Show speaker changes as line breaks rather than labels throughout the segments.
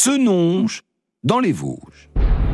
Senonges, dans les Vosges.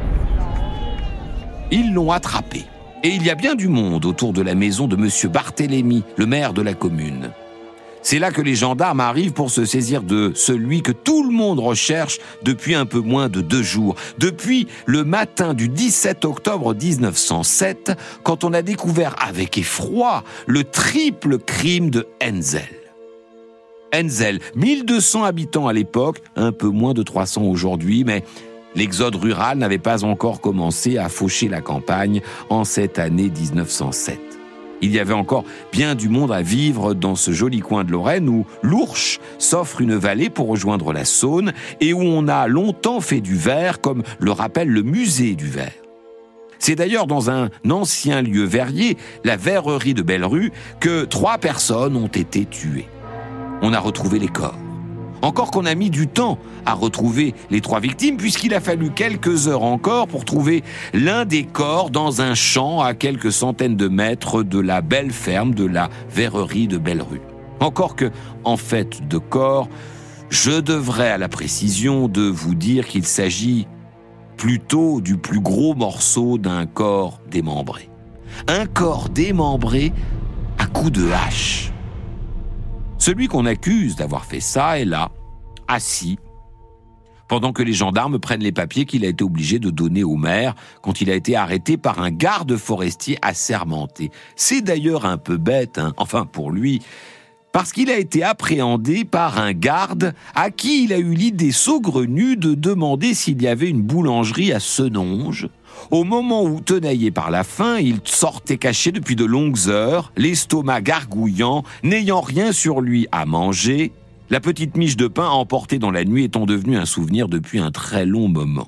Ils l'ont attrapé. Et il y a bien du monde autour de la maison de M. Barthélemy, le maire de la commune. C'est là que les gendarmes arrivent pour se saisir de celui que tout le monde recherche depuis un peu moins de 2 jours. Depuis le matin du 17 octobre 1907, quand on a découvert avec effroi le triple crime de Henzel. Henzel, 1200 habitants à l'époque, un peu moins de 300 aujourd'hui, mais l'exode rural n'avait pas encore commencé à faucher la campagne en cette année 1907. Il y avait encore bien du monde à vivre dans ce joli coin de Lorraine où l'Ourche s'offre une vallée pour rejoindre la Saône et où on a longtemps fait du verre, comme le rappelle le musée du verre. C'est d'ailleurs dans un ancien lieu verrier, la verrerie de Belle-Rue, que 3 personnes ont été tuées. On a retrouvé les corps. Encore qu'on a mis du temps à retrouver les 3 victimes, puisqu'il a fallu quelques heures encore pour trouver l'un des corps dans un champ à quelques centaines de mètres de la belle ferme de la verrerie de Belle-Rue. Encore que, en fait de corps, je devrais à la précision de vous dire qu'il s'agit plutôt du plus gros morceau d'un corps démembré. Un corps démembré à coups de hache. Celui qu'on accuse d'avoir fait ça est là, assis, pendant que les gendarmes prennent les papiers qu'il a été obligé de donner au maire quand il a été arrêté par un garde forestier assermenté. C'est d'ailleurs un peu bête, enfin pour lui, parce qu'il a été appréhendé par un garde à qui il a eu l'idée saugrenue de demander s'il y avait une boulangerie à Senonges, au moment où, tenaillé par la faim, il sortait caché depuis de longues heures, l'estomac gargouillant, n'ayant rien sur lui à manger, la petite miche de pain emportée dans la nuit étant devenue un souvenir depuis un très long moment.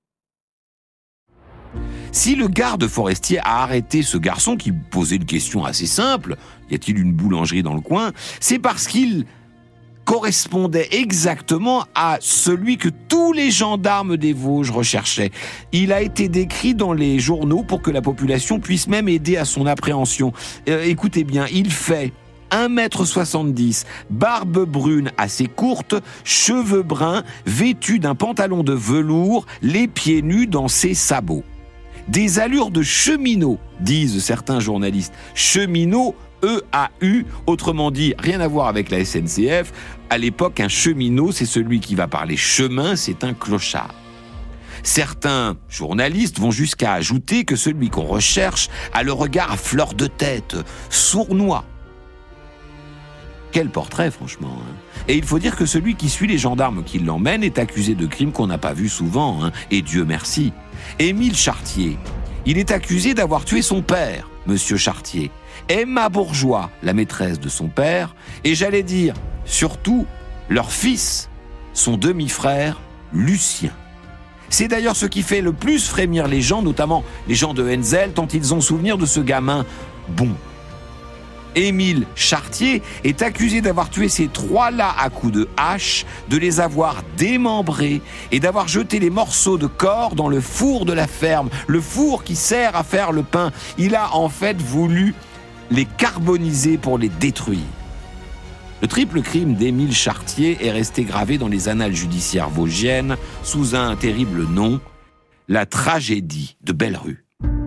Si le garde forestier a arrêté ce garçon qui posait une question assez simple, y a-t-il une boulangerie dans le coin, c'est parce qu'il correspondait exactement à celui que tous les gendarmes des Vosges recherchaient. Il a été décrit dans les journaux pour que la population puisse même aider à son appréhension. Écoutez bien, il fait 1,70 m, barbe brune assez courte, cheveux bruns, vêtu d'un pantalon de velours, les pieds nus dans ses sabots. Des allures de cheminot, disent certains journalistes. Cheminot, E-A-U, autrement dit, rien à voir avec la SNCF. À l'époque, un cheminot, c'est celui qui va par les chemins, c'est un clochard. Certains journalistes vont jusqu'à ajouter que celui qu'on recherche a le regard à fleur de tête, sournois. Quel portrait, franchement. Et il faut dire que celui qui suit les gendarmes qui l'emmènent est accusé de crimes qu'on n'a pas vus souvent, et Dieu merci. Émile Chartier, il est accusé d'avoir tué son père, Monsieur Chartier, Emma Bourgeois, la maîtresse de son père, et j'allais dire, surtout, leur fils, son demi-frère, Lucien. C'est d'ailleurs ce qui fait le plus frémir les gens, notamment les gens de Henzel, tant ils ont souvenir de ce gamin bon. Émile Chartier est accusé d'avoir tué ces 3-là à coups de hache, de les avoir démembrés et d'avoir jeté les morceaux de corps dans le four de la ferme, le four qui sert à faire le pain. Il a en fait voulu les carboniser pour les détruire. Le triple crime d'Émile Chartier est resté gravé dans les annales judiciaires vosgiennes sous un terrible nom, la tragédie de Belle-Rue.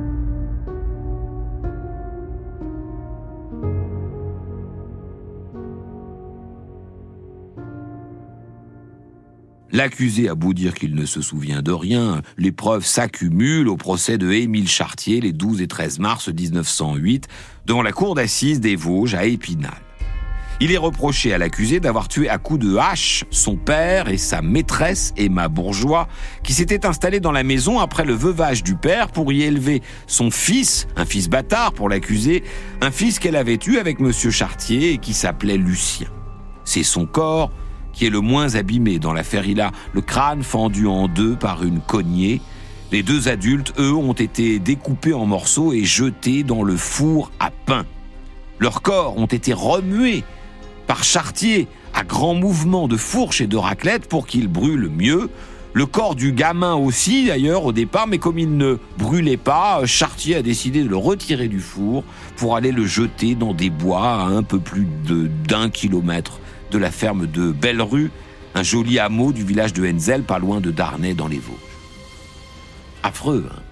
L'accusé a beau dire qu'il ne se souvient de rien, les preuves s'accumulent au procès de Émile Chartier les 12 et 13 mars 1908 devant la cour d'assises des Vosges à Épinal. Il est reproché à l'accusé d'avoir tué à coups de hache son père et sa maîtresse, Emma Bourgeois, qui s'était installée dans la maison après le veuvage du père pour y élever son fils, un fils bâtard pour l'accusé, un fils qu'elle avait eu avec Monsieur Chartier et qui s'appelait Lucien. C'est son corps qui est le moins abîmé dans l'affaire. Il a le crâne fendu en deux par une cognée. Les 2 adultes, eux, ont été découpés en morceaux et jetés dans le four à pain. Leurs corps ont été remués par Chartier à grands mouvements de fourche et de raclette pour qu'ils brûlent mieux. Le corps du gamin aussi, d'ailleurs, au départ, mais comme il ne brûlait pas, Chartier a décidé de le retirer du four pour aller le jeter dans des bois à un peu plus d'1 kilomètre de la ferme de Belle-Rue, un joli hameau du village de Henzel, pas loin de Darney dans les Vosges. Affreux, hein?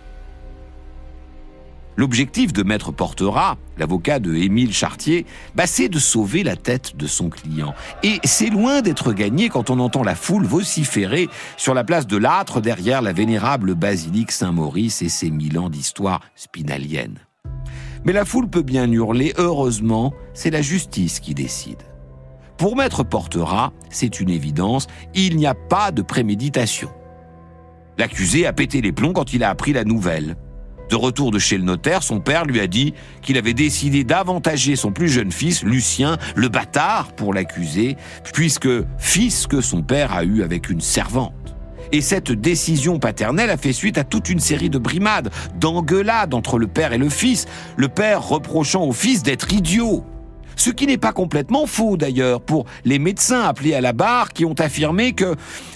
L'objectif de Maître Porterat, l'avocat de Émile Chartier, c'est de sauver la tête de son client. Et c'est loin d'être gagné quand on entend la foule vociférer sur la place de l'Âtre derrière la vénérable basilique Saint-Maurice et ses 1000 ans d'histoire spinalienne. Mais la foule peut bien hurler, heureusement, c'est la justice qui décide. Pour Maître Porterat, c'est une évidence, il n'y a pas de préméditation. L'accusé a pété les plombs quand il a appris la nouvelle. De retour de chez le notaire, son père lui a dit qu'il avait décidé d'avantager son plus jeune fils, Lucien, le bâtard pour l'accusé, puisque fils que son père a eu avec une servante. Et cette décision paternelle a fait suite à toute une série de brimades, d'engueulades entre le père et le fils, le père reprochant au fils d'être idiot. Ce qui n'est pas complètement faux d'ailleurs pour les médecins appelés à la barre qui ont affirmé que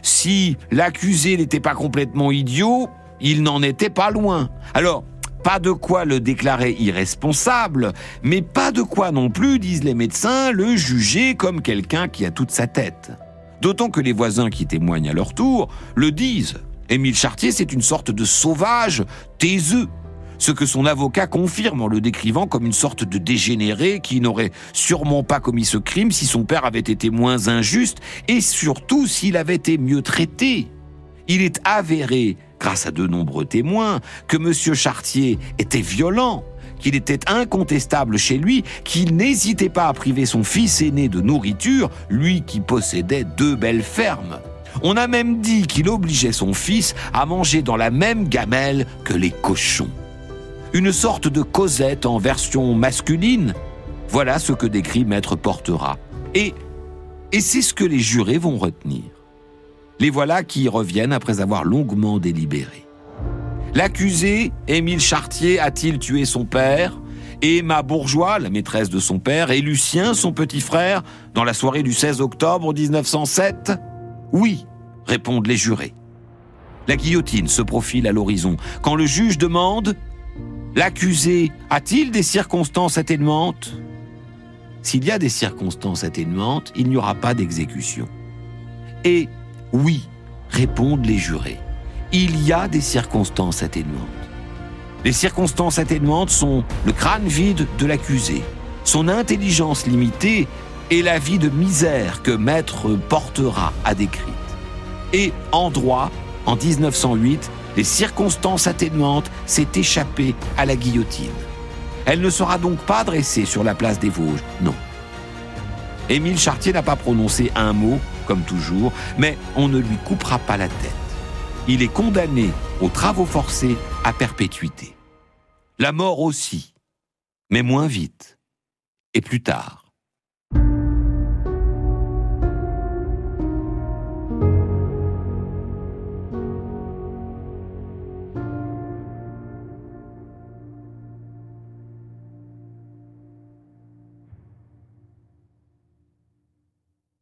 si l'accusé n'était pas complètement idiot, il n'en était pas loin. Alors, pas de quoi le déclarer irresponsable, mais pas de quoi non plus, disent les médecins, le juger comme quelqu'un qui a toute sa tête. D'autant que les voisins qui témoignent à leur tour le disent. Émile Chartier, c'est une sorte de sauvage taiseux. Ce que son avocat confirme en le décrivant comme une sorte de dégénéré qui n'aurait sûrement pas commis ce crime si son père avait été moins injuste et surtout s'il avait été mieux traité. Il est avéré, grâce à de nombreux témoins, que M. Chartier était violent, qu'il était incontestable chez lui, qu'il n'hésitait pas à priver son fils aîné de nourriture, lui qui possédait 2 belles fermes. On a même dit qu'il obligeait son fils à manger dans la même gamelle que les cochons. Une sorte de Cosette en version masculine. Voilà ce que décrit Maître Porterat. Et c'est ce que les jurés vont retenir. Les voilà qui reviennent après avoir longuement délibéré. L'accusé, Émile Chartier, a-t-il tué son père, et Emma Bourgeois, la maîtresse de son père, et Lucien, son petit frère, dans la soirée du 16 octobre 1907 ? Oui, répondent les jurés. La guillotine se profile à l'horizon quand le juge demande « L'accusé a-t-il des circonstances atténuantes ?» S'il y a des circonstances atténuantes, il n'y aura pas d'exécution. Et oui, répondent les jurés. Il y a des circonstances atténuantes. Les circonstances atténuantes sont le crâne vide de l'accusé, son intelligence limitée et la vie de misère que Maître Porterat a décrite. Et en droit, en 1908, les circonstances atténuantes s'est échappée à la guillotine. Elle ne sera donc pas dressée sur la place des Vosges, non. Émile Chartier n'a pas prononcé un mot, comme toujours, mais on ne lui coupera pas la tête. Il est condamné aux travaux forcés à perpétuité. La mort aussi, mais moins vite et plus tard.